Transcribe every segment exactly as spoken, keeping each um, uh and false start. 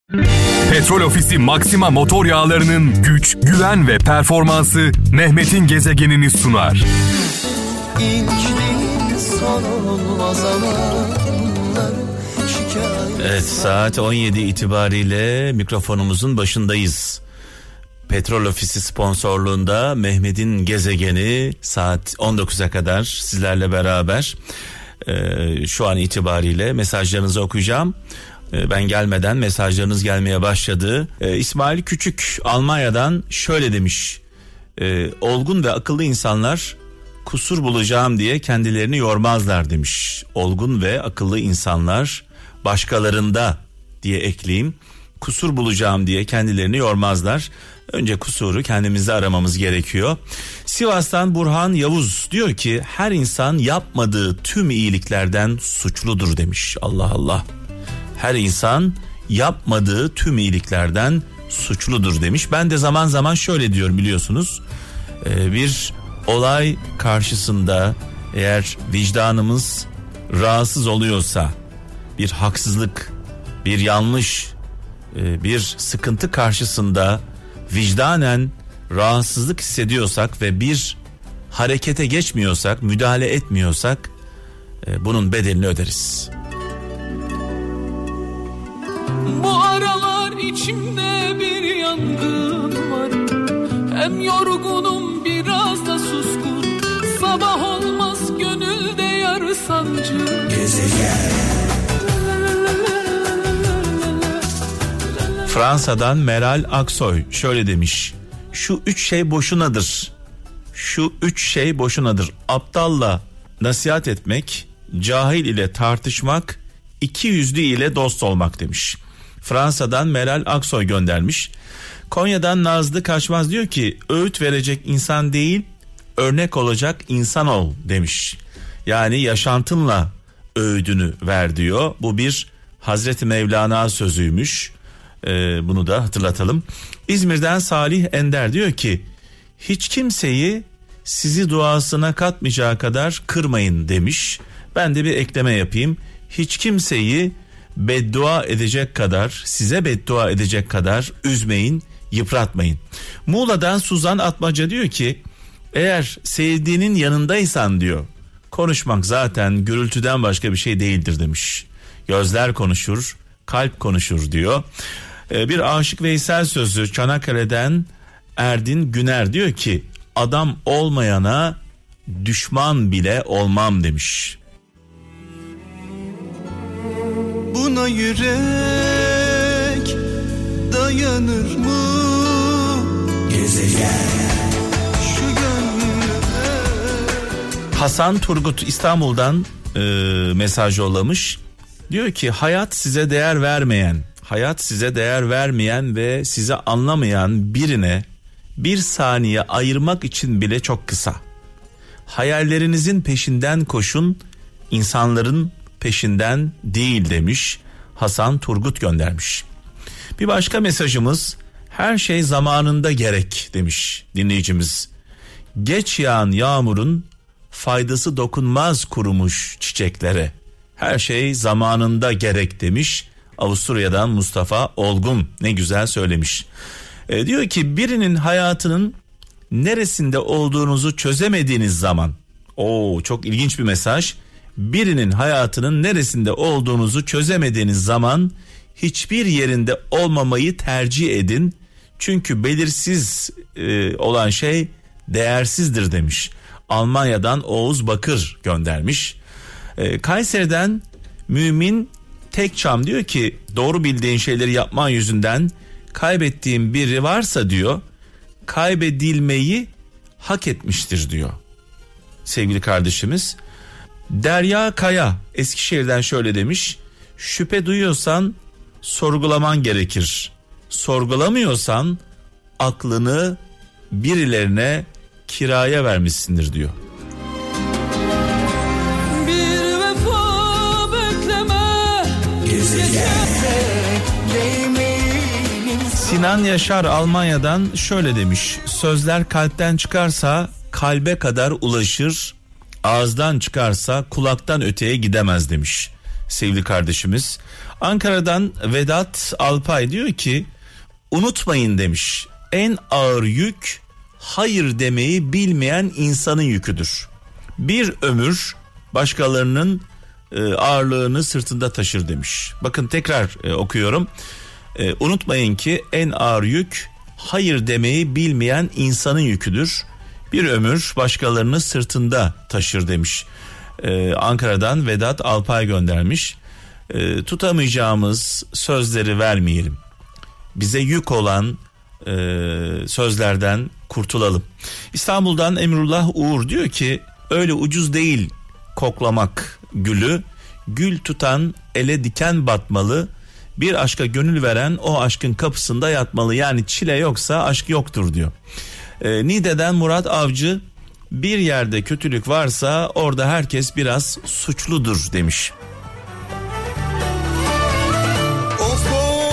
Petrol Ofisi Maxima motor yağlarının güç, güven ve performansı Mehmet'in gezegenini sunar. Evet, saat on yedi itibariyle mikrofonumuzun başındayız. Petrol Ofisi sponsorluğunda Mehmet'in gezegeni saat on dokuza kadar sizlerle beraber. Ee, şu an itibariyle mesajlarınızı okuyacağım. Ee, ben gelmeden mesajlarınız gelmeye başladı. Ee, İsmail Küçük Almanya'dan şöyle demiş. Ee, olgun ve akıllı insanlar kusur bulacağım diye kendilerini yormazlar demiş. Olgun ve akıllı insanlar başkalarında diye ekleyeyim. Kusur bulacağım diye kendilerini yormazlar. Önce kusuru kendimizde aramamız gerekiyor. Sivas'tan Burhan Yavuz diyor ki her insan yapmadığı tüm iyiliklerden suçludur demiş. Allah Allah. Her insan yapmadığı tüm iyiliklerden suçludur demiş. Ben de zaman zaman şöyle diyorum, biliyorsunuz. Ee, bir olay karşısında eğer vicdanımız rahatsız oluyorsa, bir haksızlık, bir yanlış, bir sıkıntı karşısında vicdanen rahatsızlık hissediyorsak ve bir harekete geçmiyorsak, müdahale etmiyorsak bunun bedelini öderiz. Bu aralar içimde bir yangın var. Hem yorgunum biraz da suskun. Sabah olmaz gönülde yar sancı. Gezegen. Fransa'dan Meral Aksoy şöyle demiş. Şu üç şey boşunadır. Şu üç şey boşunadır. Aptalla nasihat etmek, cahil ile tartışmak, iki yüzlü ile dost olmak demiş. Fransa'dan Meral Aksoy göndermiş. Konya'dan Nazlı Kaçmaz diyor ki öğüt verecek insan değil, örnek olacak insan ol demiş. Yani yaşantınla öğüdünü ver diyor. Bu bir Hazreti Mevlana sözüymüş. Ee, bunu da hatırlatalım. İzmir'den Salih Ender diyor ki hiç kimseyi sizi duasına katmayacağı kadar kırmayın demiş. Ben de bir ekleme yapayım. Hiç kimseyi beddua edecek kadar, size beddua edecek kadar üzmeyin, yıpratmayın. Muğla'dan Suzan Atmaca diyor ki eğer sevdiğinin yanındaysan diyor, konuşmak zaten gürültüden başka bir şey değildir demiş. Gözler konuşur, kalp konuşur diyor. Ee, bir Aşık Veysel sözü Çanakkale'den Erdin Güner diyor ki adam olmayana düşman bile olmam demiş. Buna yürek dayanır mı? Gezegen. Hasan Turgut İstanbul'dan e, mesaj yollamış. Diyor ki hayat size değer vermeyen, hayat size değer vermeyen ve sizi anlamayan birine bir saniye ayırmak için bile çok kısa. Hayallerinizin peşinden koşun, insanların peşinden değil demiş. Hasan Turgut göndermiş. Bir başka mesajımız her şey zamanında gerek demiş dinleyicimiz. Geç yağan yağmurun faydası dokunmaz kurumuş çiçeklere. Her şey zamanında gerek demiş. Avusturya'dan Mustafa Olgun ne güzel söylemiş. E, diyor ki birinin hayatının neresinde olduğunuzu çözemediğiniz zaman, o çok ilginç bir mesaj. Birinin hayatının neresinde olduğunuzu çözemediğiniz zaman hiçbir yerinde olmamayı tercih edin. Çünkü belirsiz e, olan şey değersizdir demiş. Almanya'dan Oğuz Bakır göndermiş. E, Kayseri'den Mümin Tekçam diyor ki doğru bildiğin şeyleri yapman yüzünden kaybettiğin biri varsa diyor kaybedilmeyi hak etmiştir diyor sevgili kardeşimiz. Derya Kaya Eskişehir'den şöyle demiş. Şüphe duyuyorsan sorgulaman gerekir. Sorgulamıyorsan aklını birilerine kiraya vermişsindir diyor. Bir vefa bekleme. Sinan Yaşar Almanya'dan şöyle demiş. Sözler kalpten çıkarsa kalbe kadar ulaşır. Ağızdan çıkarsa kulaktan öteye gidemez demiş sevgili kardeşimiz. Ankara'dan Vedat Alpay diyor ki unutmayın demiş, en ağır yük hayır demeyi bilmeyen insanın yüküdür. Bir ömür başkalarının e, ağırlığını sırtında taşır demiş. Bakın tekrar e, okuyorum. E, unutmayın ki en ağır yük hayır demeyi bilmeyen insanın yüküdür. Bir ömür başkalarını sırtında taşır demiş. Ee, Ankara'dan Vedat Alpay göndermiş. Ee, tutamayacağımız sözleri vermeyelim. Bize yük olan e, sözlerden kurtulalım. İstanbul'dan Emrullah Uğur diyor ki öyle ucuz değil koklamak gülü. Gül tutan ele diken batmalı. Bir aşka gönül veren o aşkın kapısında yatmalı. Yani çile yoksa aşk yoktur diyor. Ee, Niğde'den Murat Avcı bir yerde kötülük varsa orada herkes biraz suçludur demiş. Of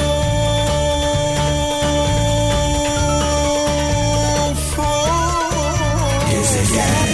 of of. Gezegen.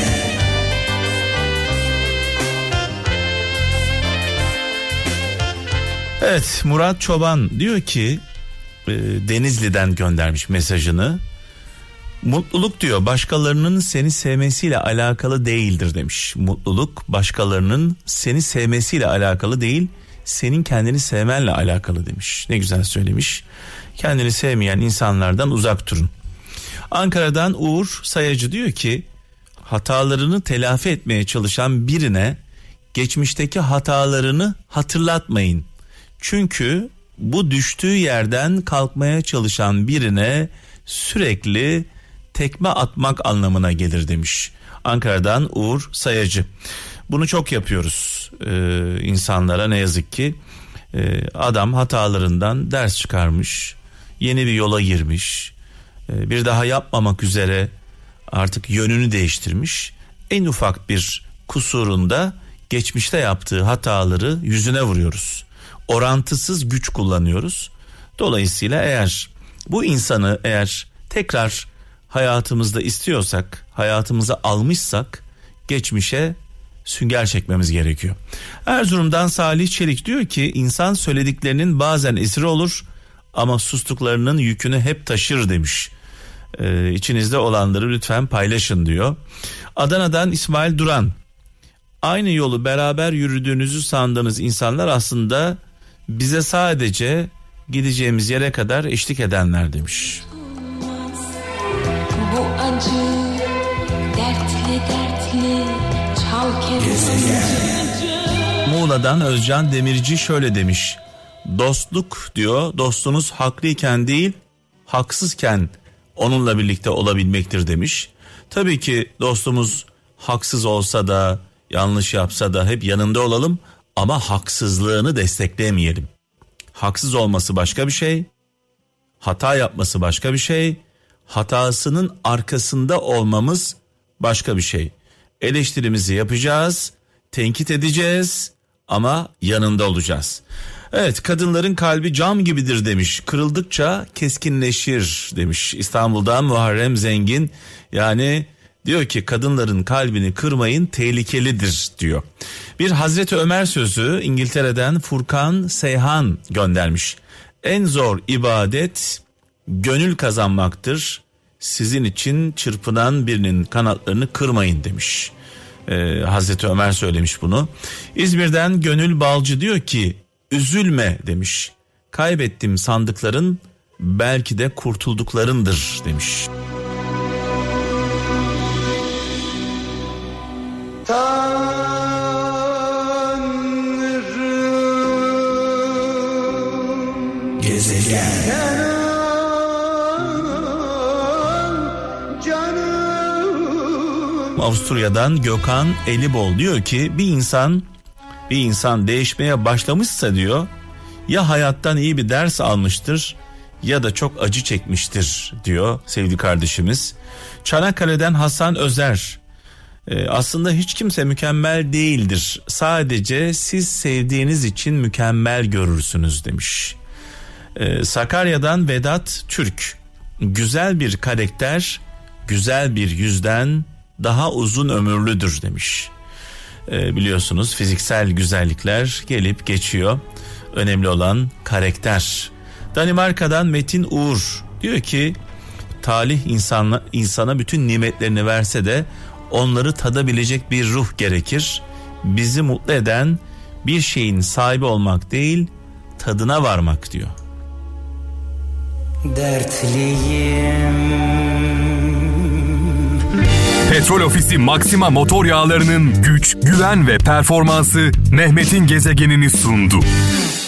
Evet, Murat Çoban diyor ki e, Denizli'den göndermiş mesajını. Mutluluk diyor başkalarının seni sevmesiyle alakalı değildir demiş. Mutluluk başkalarının seni sevmesiyle alakalı değil, senin kendini sevmenle alakalı demiş. Ne güzel söylemiş. Kendini sevmeyen insanlardan uzak durun. Ankara'dan Uğur Sayacı diyor ki hatalarını telafi etmeye çalışan birine geçmişteki hatalarını hatırlatmayın. Çünkü bu düştüğü yerden kalkmaya çalışan birine sürekli tekme atmak anlamına gelir demiş. Ankara'dan Uğur Sayacı. Bunu çok yapıyoruz ee, insanlara ne yazık ki. Ee, adam hatalarından ders çıkarmış, yeni bir yola girmiş, ee, bir daha yapmamak üzere artık yönünü değiştirmiş. En ufak bir kusurunda geçmişte yaptığı hataları yüzüne vuruyoruz. Orantısız güç kullanıyoruz. Dolayısıyla eğer bu insanı eğer tekrar hayatımızda istiyorsak, hayatımıza almışsak geçmişe sünger çekmemiz gerekiyor. Erzurum'dan Salih Çelik diyor ki insan söylediklerinin bazen esiri olur ama sustuklarının yükünü hep taşır demiş. Ee, içinizde olanları lütfen paylaşın diyor. Adana'dan İsmail Duran, aynı yolu beraber yürüdüğünüzü sandığınız insanlar aslında bize sadece gideceğimiz yere kadar eşlik edenler demiş. Bu acı dertli dertli çal kemanı. Muğla'dan Özcan Demirci şöyle demiş. Dostluk diyor, dostunuz haklıyken değil haksızken onunla birlikte olabilmektir demiş. Tabii ki dostumuz haksız olsa da yanlış yapsa da hep yanında olalım ama haksızlığını desteklemeyelim. Haksız olması başka bir şey, hata yapması başka bir şey, hatasının arkasında olmamız başka bir şey. Eleştirimizi yapacağız, tenkit edeceğiz ama yanında olacağız. Evet, kadınların kalbi cam gibidir demiş. Kırıldıkça keskinleşir demiş. İstanbul'dan Muharrem Zengin. Yani diyor ki kadınların kalbini kırmayın, tehlikelidir diyor. Bir Hazreti Ömer sözü İngiltere'den Furkan Seyhan göndermiş. En zor ibadet gönül kazanmaktır. Sizin için çırpınan birinin kanatlarını kırmayın demiş. Ee, Hazreti Ömer söylemiş bunu. İzmir'den Gönül Balcı diyor ki üzülme demiş. Kaybettim sandıkların belki de kurtulduklarındır demiş. Tanrım gezegen canım. Avusturya'dan Gökhan Elibol diyor ki bir insan bir insan değişmeye başlamışsa diyor ya hayattan iyi bir ders almıştır ya da çok acı çekmiştir diyor sevgili kardeşimiz. Çanakkale'den Hasan Özer, ee, aslında hiç kimse mükemmel değildir, sadece siz sevdiğiniz için mükemmel görürsünüz demiş. Ee, Sakarya'dan Vedat Türk, güzel bir karakter güzel bir yüzden daha uzun ömürlüdür demiş. Ee, biliyorsunuz fiziksel güzellikler gelip geçiyor Önemli olan karakter. Danimarka'dan Metin Uğur diyor ki talih insana, insana bütün nimetlerini verse de onları tadabilecek bir ruh gerekir. Bizi mutlu eden bir şeyin sahibi olmak değil, tadına varmak diyor. Dertliyim. Petrol Ofisi Maxima motor yağlarının güç, güven ve performansı Mehmet'in gezegenini sundu.